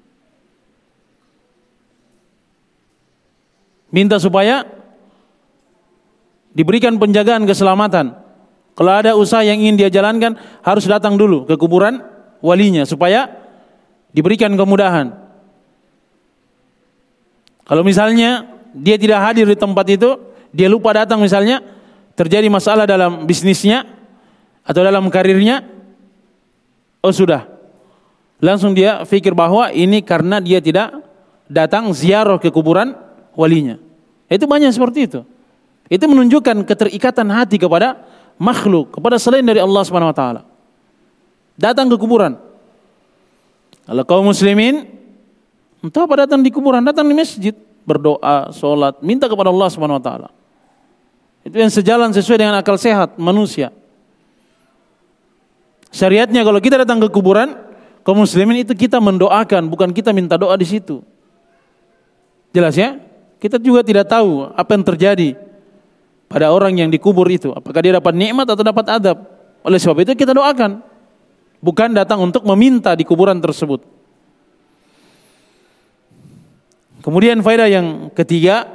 Speaker 1: Minta supaya diberikan penjagaan keselamatan. Kalau ada usaha yang ingin dia jalankan, harus datang dulu ke kuburan walinya supaya diberikan kemudahan. Kalau misalnya dia tidak hadir di tempat itu, dia lupa datang misalnya, terjadi masalah dalam bisnisnya atau dalam karirnya, oh sudah, Langsung dia fikir bahwa ini karena dia tidak datang ziarah ke kuburan walinya. Itu banyak seperti itu. Itu menunjukkan keterikatan hati kepada makhluk, kepada selain dari Allah Subhanahu wa taala. Datang ke kuburan. Kalau kaum muslimin entah apa datang di kuburan, datang di masjid, berdoa, sholat, minta kepada Allah Subhanahu wa taala. Itu yang sejalan sesuai dengan akal sehat manusia. Syariatnya kalau kita datang ke kuburan kaum muslimin itu kita mendoakan, bukan kita minta doa di situ. Jelas ya? Kita juga tidak tahu apa yang terjadi pada orang yang dikubur itu. Apakah dia dapat nikmat atau dapat adab. Oleh sebab itu kita doakan. Bukan datang untuk meminta di kuburan tersebut. Kemudian faedah yang ketiga,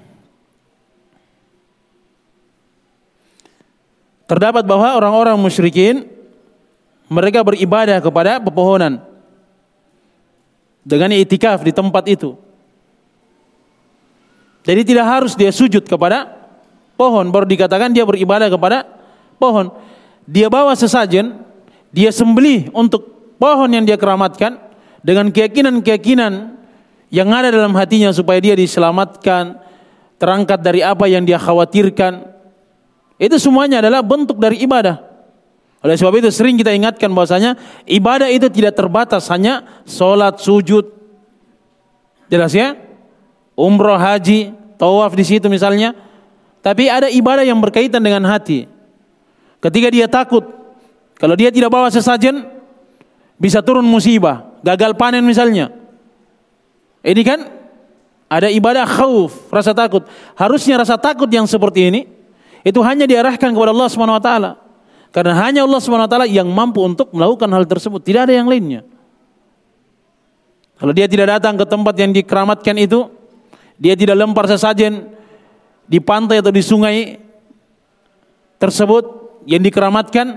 Speaker 1: terdapat bahwa orang-orang musyrikin mereka beribadah kepada pepohonan dengan i'tikaf di tempat itu. Jadi tidak harus dia sujud kepada pohon baru dikatakan dia beribadah kepada pohon. Dia bawa sesajen, dia sembelih untuk pohon yang dia keramatkan dengan keyakinan-keyakinan yang ada dalam hatinya supaya dia diselamatkan, terangkat dari apa yang dia khawatirkan. Itu semuanya adalah bentuk dari ibadah. Oleh sebab itu sering kita ingatkan bahwasanya ibadah itu tidak terbatas hanya sholat, sujud, jelas ya, umroh, haji, tawaf di situ misalnya. Tapi ada ibadah yang berkaitan dengan hati. Ketika dia takut, kalau dia tidak bawa sesajen, bisa turun musibah, gagal panen misalnya. Ini kan ada ibadah khauf, rasa takut. Harusnya rasa takut yang seperti ini itu hanya diarahkan kepada Allah Subhanahu wa taala. Karena hanya Allah Subhanahu wa taala yang mampu untuk melakukan hal tersebut, tidak ada yang lainnya. Kalau dia tidak datang ke tempat yang dikeramatkan itu, dia tidak lempar sesajen di pantai atau di sungai tersebut yang dikeramatkan,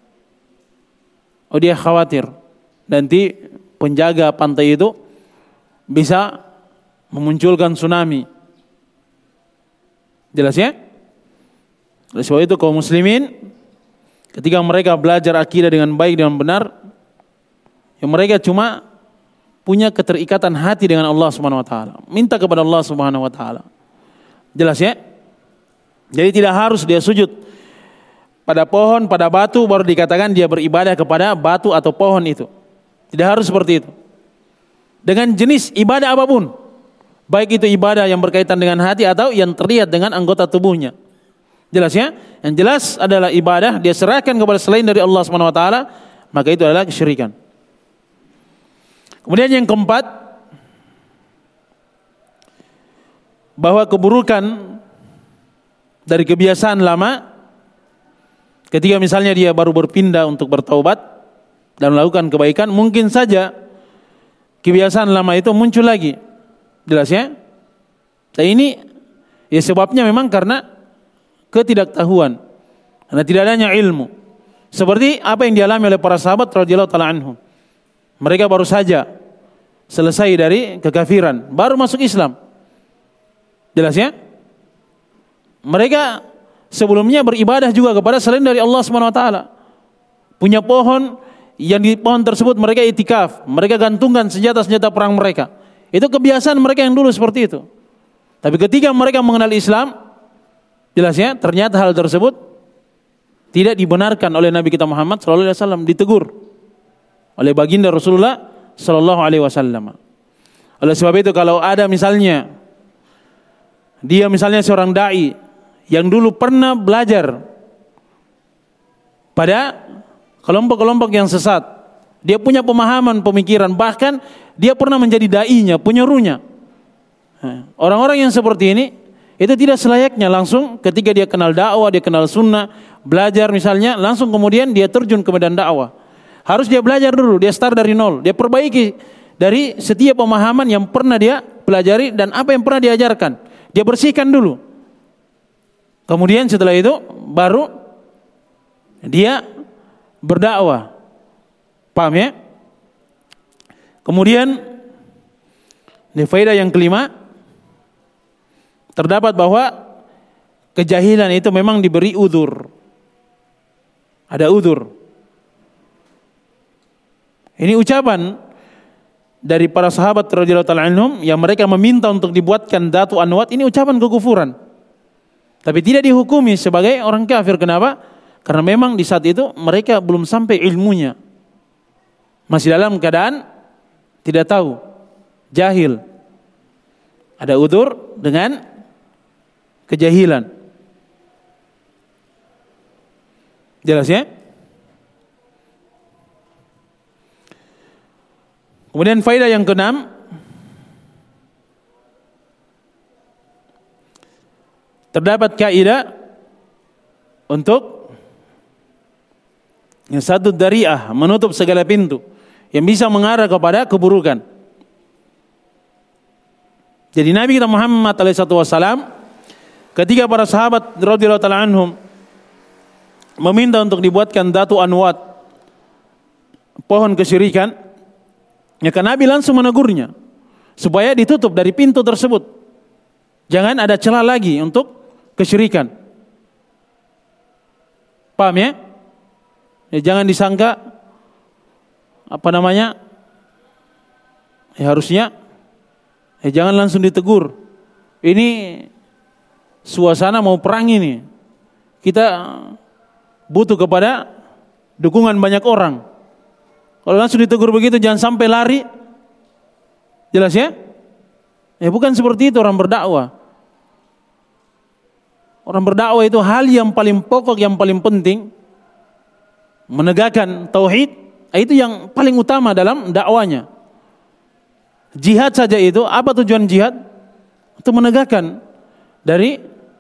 Speaker 1: oh dia khawatir nanti penjaga pantai itu bisa memunculkan tsunami. Jelas ya? Oleh sebab itu kaum muslimin ketika mereka belajar akidah dengan baik dan benar, ya mereka cuma punya keterikatan hati dengan Allah Subhanahu wa taala. Minta kepada Allah Subhanahu wa taala. Jelas ya? Jadi tidak harus dia sujud pada pohon, pada batu baru dikatakan dia beribadah kepada batu atau pohon itu. Tidak harus seperti itu. Dengan jenis ibadah apapun, baik itu ibadah yang berkaitan dengan hati atau yang terlihat dengan anggota tubuhnya. Jelas ya? Yang jelas adalah ibadah dia serahkan kepada selain dari Allah Subhanahu wa taala, maka itu adalah kesyirikan. Kemudian yang keempat, bahwa keburukan dari kebiasaan lama ketika misalnya dia baru berpindah untuk bertaubat dan melakukan kebaikan, mungkin saja kebiasaan lama itu muncul lagi. Jelas ya? Dan ini ya sebabnya memang karena ketidaktahuan, karena tidak adanya ilmu. Seperti apa yang dialami oleh para sahabat radhiyallahu taala anhum. Mereka baru saja selesai dari kekafiran, baru masuk Islam. Jelas ya? Mereka sebelumnya beribadah juga kepada selain dari Allah Subhanahu wa taala. Punya pohon, yang di pohon tersebut mereka itikaf, mereka gantungkan senjata-senjata perang mereka. Itu kebiasaan mereka yang dulu seperti itu. Tapi ketika mereka mengenal Islam, jelas ya, ternyata hal tersebut tidak dibenarkan oleh Nabi kita Muhammad sallallahu alaihi wasallam, ditegur oleh baginda Rasulullah sallallahu alaihi wasallam. Oleh sebab itu kalau ada misalnya dia misalnya seorang dai yang dulu pernah belajar pada kelompok-kelompok yang sesat, dia punya pemahaman, pemikiran, bahkan dia pernah menjadi dai-nya, penyerunya. Orang-orang yang seperti ini itu tidak selayaknya langsung ketika dia kenal dakwah, dia kenal sunnah, belajar misalnya, langsung kemudian dia terjun ke medan dakwah. Harus dia belajar dulu, dia start dari nol, dia perbaiki dari setiap pemahaman yang pernah dia pelajari dan apa yang pernah diajarkan. Dia bersihkan dulu. Kemudian setelah itu baru dia berdakwah. Paham ya? Kemudian di faedah yang kelima, terdapat bahwa kejahilan itu memang diberi udzur. Ada udzur. Ini ucapan dari para sahabat radhiyallahu ta'ala anhum yang mereka meminta untuk dibuatkan Datu Anwat, ini ucapan kekufuran. Tapi tidak dihukumi sebagai orang kafir. Kenapa? Karena memang di saat itu mereka belum sampai ilmunya. Masih dalam keadaan tidak tahu, jahil. Ada udzur dengan kejahilan. Jelas ya? Kemudian faedah yang keenam, terdapat kaidah untuk yang satu dariah, menutup segala pintu yang bisa mengarah kepada keburukan. Jadi Nabi kita Muhammad alaihi wasallam ketika para sahabat radhiyallahu ta'ala anhum meminta untuk dibuatkan Datu Anwat, pohon kesyirikan, ya kan Nabi langsung menegurnya supaya ditutup dari pintu tersebut. Jangan ada celah lagi untuk kesyirikan. Paham ya? Ya jangan disangka apa namanya? Ya harusnya ya jangan langsung ditegur. Ini suasana mau perang ini. Kita butuh kepada dukungan banyak orang. Kalau langsung ditegur begitu jangan sampai lari. Jelas ya? Ya bukan seperti itu orang berdakwah. Orang berdakwah itu hal yang paling pokok, yang paling penting, menegakkan tauhid, itu yang paling utama dalam dakwanya. Jihad saja itu, apa tujuan jihad? Untuk menegakkan dari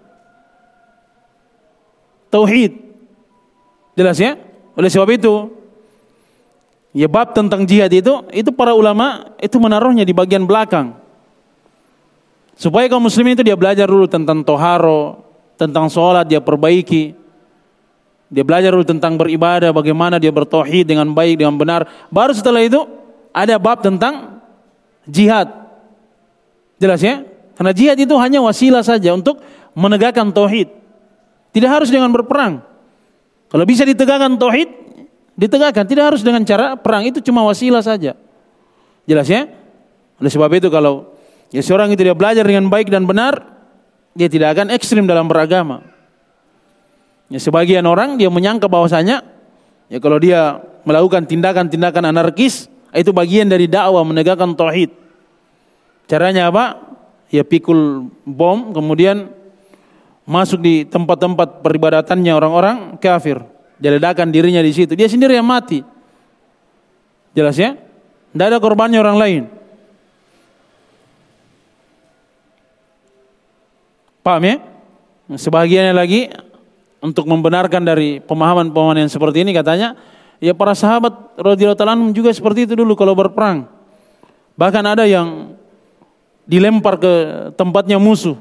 Speaker 1: tauhid. Jelas ya? Oleh sebab itu, ya bab tentang jihad itu, itu para ulama itu menaruhnya di bagian belakang. Supaya kaum muslimin itu dia belajar dulu tentang toharo, tentang sholat dia perbaiki. Dia belajar dulu tentang beribadah, bagaimana dia bertauhid dengan baik, dengan benar. Baru setelah itu ada bab tentang jihad. Jelas ya? Karena jihad itu hanya wasilah saja untuk menegakkan tauhid. Tidak harus dengan berperang. Kalau bisa ditegakkan tauhid, ditegakkan. Tidak harus dengan cara perang, itu cuma wasilah saja. Jelas ya? Oleh sebab itu kalau ya seorang itu dia belajar dengan baik dan benar, dia tidak akan ekstrim dalam beragama. Ya sebagian orang dia menyangka bahwasanya ya kalau dia melakukan tindakan-tindakan anarkis itu bagian dari dakwah menegakkan tauhid. Caranya apa? Ya pikul bom kemudian masuk di tempat-tempat peribadatannya orang-orang kafir. Dia ledakan dirinya di situ. Dia sendiri yang mati. Jelas ya? Tidak ada korbannya orang lain. Paham ya? Sebagiannya lagi untuk membenarkan dari pemahaman-pemahaman yang seperti ini katanya, ya para sahabat radhiyallahu ta'ala anhum juga seperti itu dulu kalau berperang. Bahkan ada yang dilempar ke tempatnya musuh.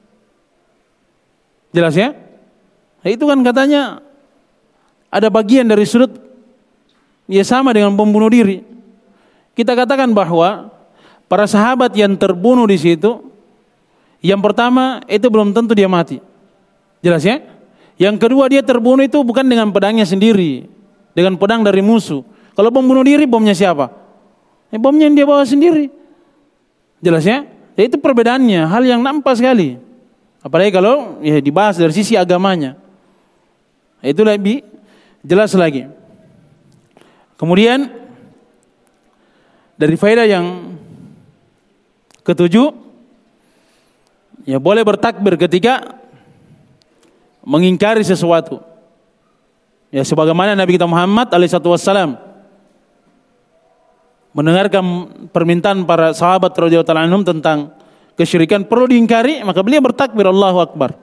Speaker 1: Jelas ya? Nah, itu kan katanya ada bagian dari sudut ya sama dengan pembunuh diri. Kita katakan bahwa para sahabat yang terbunuh di situ, yang pertama itu belum tentu dia mati. Jelas ya? Yang kedua dia terbunuh itu bukan dengan pedangnya sendiri, dengan pedang dari musuh. Kalau pembunuh diri bomnya siapa? Eh, bomnya yang dia bawa sendiri. Jelas ya? Ya itu perbedaannya, hal yang nampak sekali. Apalagi kalau ya dibahas dari sisi agamanya. Itu lebih jelas lagi. Kemudian dari faedah yang ketujuh, ya boleh bertakbir ketika mengingkari sesuatu. Ya sebagaimana Nabi kita Muhammad alaihi wasallam mendengarkan permintaan para sahabat radhiyallahu ta'ala anhum tentang kesyirikan perlu diingkari, maka beliau bertakbir Allahu Akbar.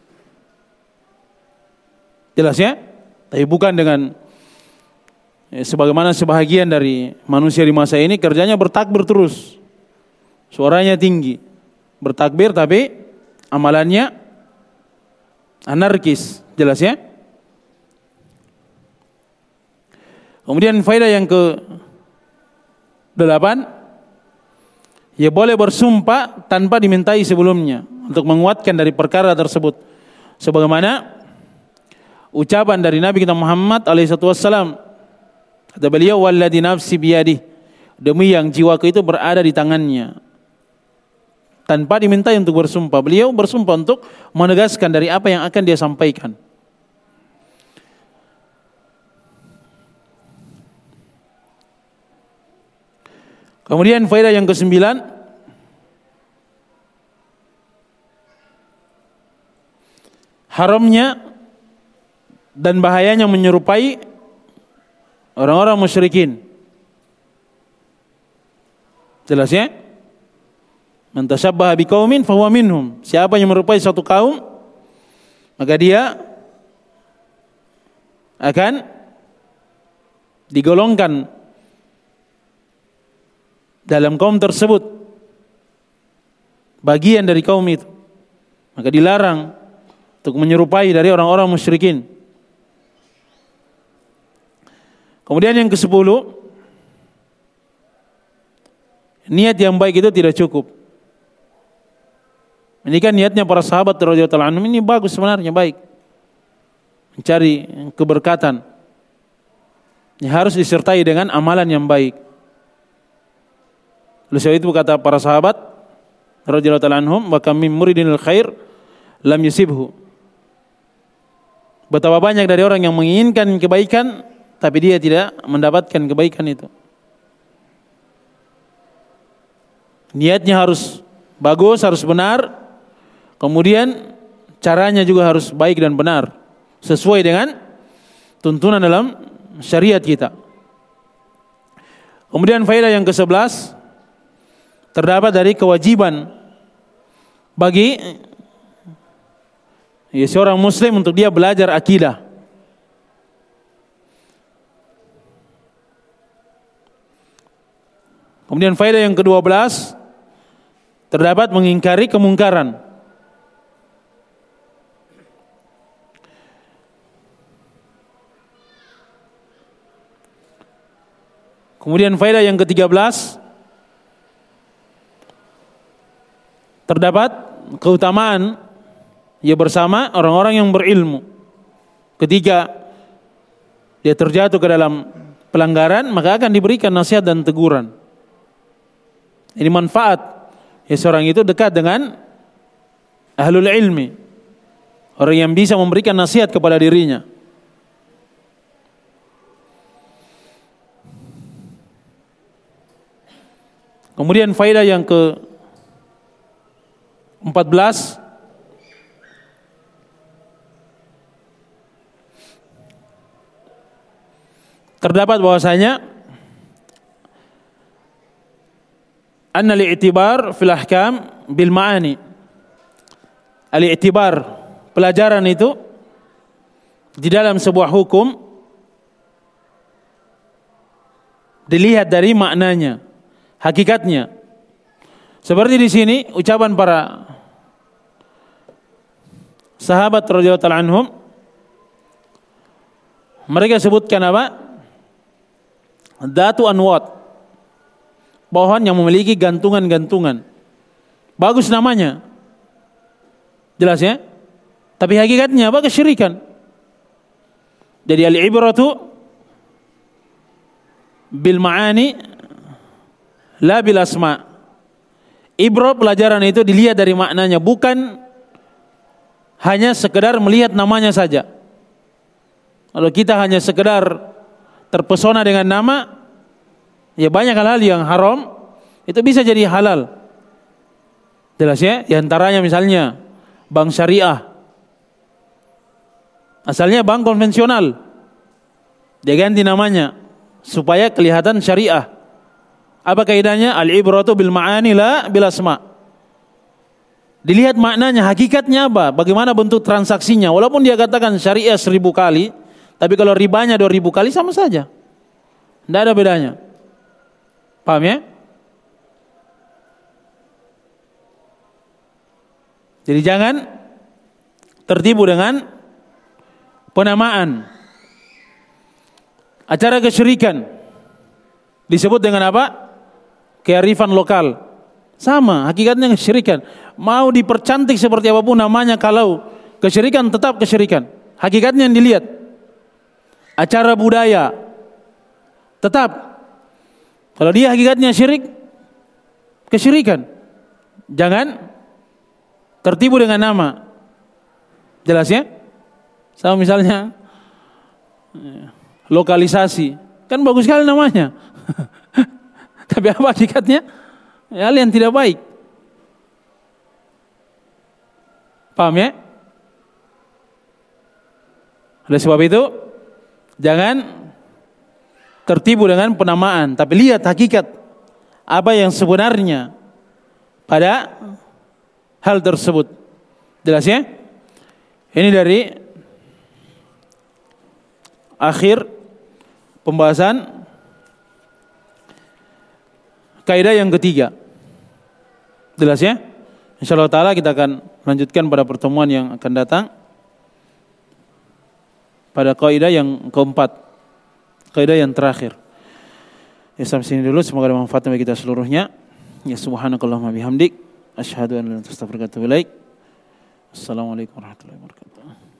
Speaker 1: Jelas ya? Tapi bukan dengan ya, sebagaimana sebahagian dari manusia di masa ini kerjanya bertakbir terus. Suaranya tinggi. Bertakbir tapi amalannya anarkis. Jelas ya? Kemudian faedah yang ke delapan, ya boleh bersumpah tanpa dimintai sebelumnya untuk menguatkan dari perkara tersebut. Sebagaimana ucapan dari Nabi kita Muhammad alaihi wasallam Kata beliau, walladzi nafsi biyadihi, demi yang jiwaku itu berada di tangannya. Tanpa dimintai untuk bersumpah, beliau bersumpah untuk menegaskan dari apa yang akan dia sampaikan. Kemudian faedah yang kesembilan, haramnya dan bahayanya menyerupai orang-orang musyrikin. Jelas ya? Man tashabbaha biqaumin fahuwa minhum. Siapa yang menyerupai suatu kaum, maka dia akan digolongkan dalam kaum tersebut, bagian dari kaum itu. Maka dilarang untuk menyerupai dari orang-orang musyrikin. Kemudian yang kesepuluh, niat yang baik itu tidak cukup. Ini kan niatnya para sahabat radhiyallahu anhum, ini bagus sebenarnya, baik. Mencari keberkatan. Ini harus disertai dengan amalan yang baik. Oleh sebab itu kata para sahabat radhiyallahu anhum, wa kam min muridinil khair lam yusibhu. Betapa banyak dari orang yang menginginkan kebaikan tapi dia tidak mendapatkan kebaikan itu. Niatnya harus bagus, harus benar. Kemudian caranya juga harus baik dan benar, sesuai dengan tuntunan dalam syariat kita. Kemudian faedah yang kesebelas, terdapat dari kewajiban bagi ya, seorang muslim untuk dia belajar akidah. Kemudian faedah yang kedua belas, terdapat mengingkari kemungkaran. Kemudian faedah yang ketiga belas, terdapat keutamaan ia bersama orang-orang yang berilmu. Ketika dia terjatuh ke dalam pelanggaran, maka akan diberikan nasihat dan teguran. Ini manfaat ya, seorang itu dekat dengan ahlul ilmi, orang yang bisa memberikan nasihat kepada dirinya. Kemudian faedah yang ke empat belas, terdapat bahwasanya anna al-i'tibar fil ahkam bil ma'ani. Al-i'tibar, pelajaran itu di dalam sebuah hukum dilihat dari maknanya, hakikatnya. Seperti di sini ucapan para sahabat radhiyallahu anhum, mereka sebutkan apa? Datu anwat, pohon yang memiliki gantungan-gantungan. Bagus namanya, jelas ya. Tapi hakikatnya apa? Kesyirikan. Jadi al-ibratu bil ma'ani la bil asma. Ibrah, pelajaran itu dilihat dari maknanya, bukan hanya sekedar melihat namanya saja. Kalau kita hanya sekedar terpesona dengan nama, ya banyak hal-hal yang haram itu bisa jadi halal. Jelas ya, di antaranya misalnya bank syariah. Asalnya bank konvensional, dia ganti namanya supaya kelihatan syariah. Apa kaidahnya? Al-ibratu bil ma'ani la bil asma. Dilihat maknanya, hakikatnya apa? Bagaimana bentuk transaksinya? Walaupun dia katakan syariah seribu kali, tapi kalau ribanya dua ribu kali sama saja. Tidak ada bedanya. Paham ya? Jadi jangan tertipu dengan penamaan. Acara kesyirikan disebut dengan apa? Kearifan lokal. Sama, hakikatnya kesyirikan. Mau dipercantik seperti apapun namanya, kalau kesyirikan tetap kesyirikan. Hakikatnya yang dilihat. Acara budaya, Tetap. Kalau dia hakikatnya syirik, kesyirikan. Jangan tertipu dengan nama. Jelas ya? Sama misalnya lokalisasi. Kan bagus sekali namanya. Tapi apa hakikatnya? Hal yang tidak baik. Paham ya? Oleh sebab itu, jangan tertipu dengan penamaan, tapi lihat hakikat apa yang sebenarnya pada hal tersebut. Jelas ya? Ini dari akhir pembahasan kaidah yang ketiga. Jelas ya? Insyaallah taala kita akan lanjutkan pada pertemuan yang akan datang pada kaidah yang keempat. Kaidah yang terakhir. Ya sampai sini dulu, semoga ada manfaat bagi kita seluruhnya. Ya subhanakallahumma bihamdik asyhadu an la ilaha illa anta astaghfiruka wa atubu ilaik. Assalamualaikum warahmatullahi wabarakatuh.